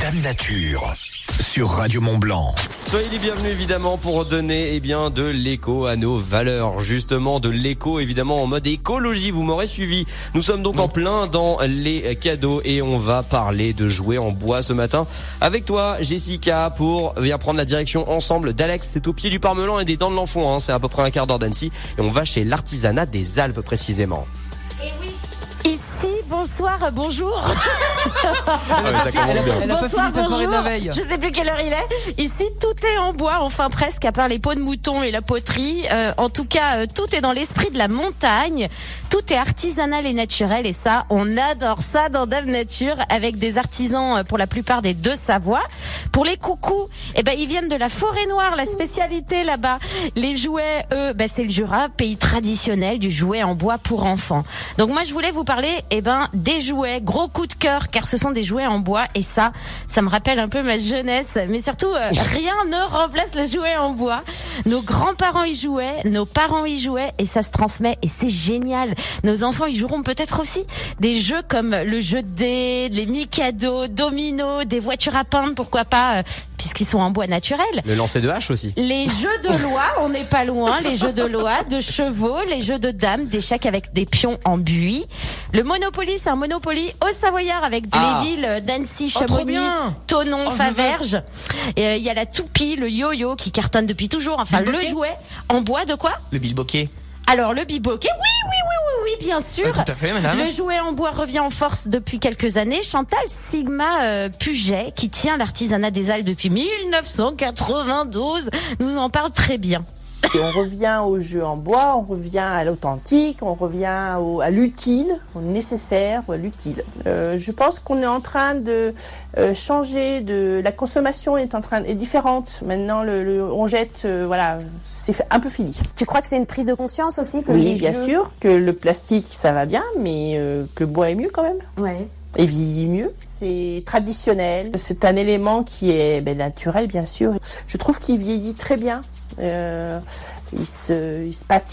Dame Nature sur Radio Mont-Blanc. Soyez les bienvenus évidemment pour donner de l'écho à nos valeurs. Justement de l'écho évidemment en mode écologie, vous m'aurez suivi. Nous sommes donc en plein dans les cadeaux et on va parler de jouets en bois ce matin. Avec toi Jessica pour prendre la direction ensemble d'Alex. C'est au pied du Parmelan et des Dents de l'Enfant, c'est à peu près un quart d'heure d'Annecy. Et on va chez l'artisanat des Alpes précisément. Et oui. Ici, bonsoir, bonjour. Bonsoir, bonjour. Je sais plus quelle heure il est. Ici, tout est en bois, enfin presque, à part les peaux de mouton et la poterie. En tout cas, tout est dans l'esprit de la montagne. Tout est artisanal et naturel. Et ça, on adore ça dans Dame Nature, avec des artisans pour la plupart des Deux-Savoie. Pour les coucous, ils viennent de la Forêt-Noire, la spécialité là-bas. Les jouets, c'est le Jura, pays traditionnel du jouet en bois pour enfants. Donc moi, je voulais vous parler des jouets, gros coup de cœur, car ce sont des jouets en bois et ça me rappelle un peu ma jeunesse, mais surtout rien ne remplace le jouet en bois. Nos grands-parents y jouaient, nos parents y jouaient et ça se transmet et c'est génial. Nos enfants y joueront peut-être aussi. Des jeux comme le jeu de dés, les Mikado, Domino, des voitures à peindre, pourquoi pas, puisqu'ils sont en bois naturel. Le lancer de hache aussi. Les jeux de loi, on n'est pas loin, les jeux de loi, de chevaux, les jeux de dames, d'échecs avec des pions en buis. Le Monopoly, c'est un Monopoly au Savoyard avec les villes d'Annecy, Chamonix, Thonon, Faverges. Il y a la toupie, le yo-yo qui cartonne depuis toujours. Enfin, le jouet en bois de quoi ? Le bilboquet. Alors, le biboquet, oui, bien sûr. Tout à fait, madame. Le jouet en bois revient en force depuis quelques années. Chantal Sigma Puget, qui tient l'artisanat des Alpes depuis 1992, nous en parle très bien. Et on revient au jeu en bois, on revient à l'authentique, on revient à l'utile, au nécessaire, à l'utile. Je pense qu'on est en train de changer, la consommation est différente. Maintenant, on jette, c'est un peu fini. Tu crois que c'est une prise de conscience aussi que Oui, bien sûr, que le plastique, ça va bien, mais que le bois est mieux quand même. Ouais. Et vieillit mieux. C'est traditionnel. C'est un élément qui est naturel, bien sûr. Je trouve qu'il vieillit très bien. Il se patine.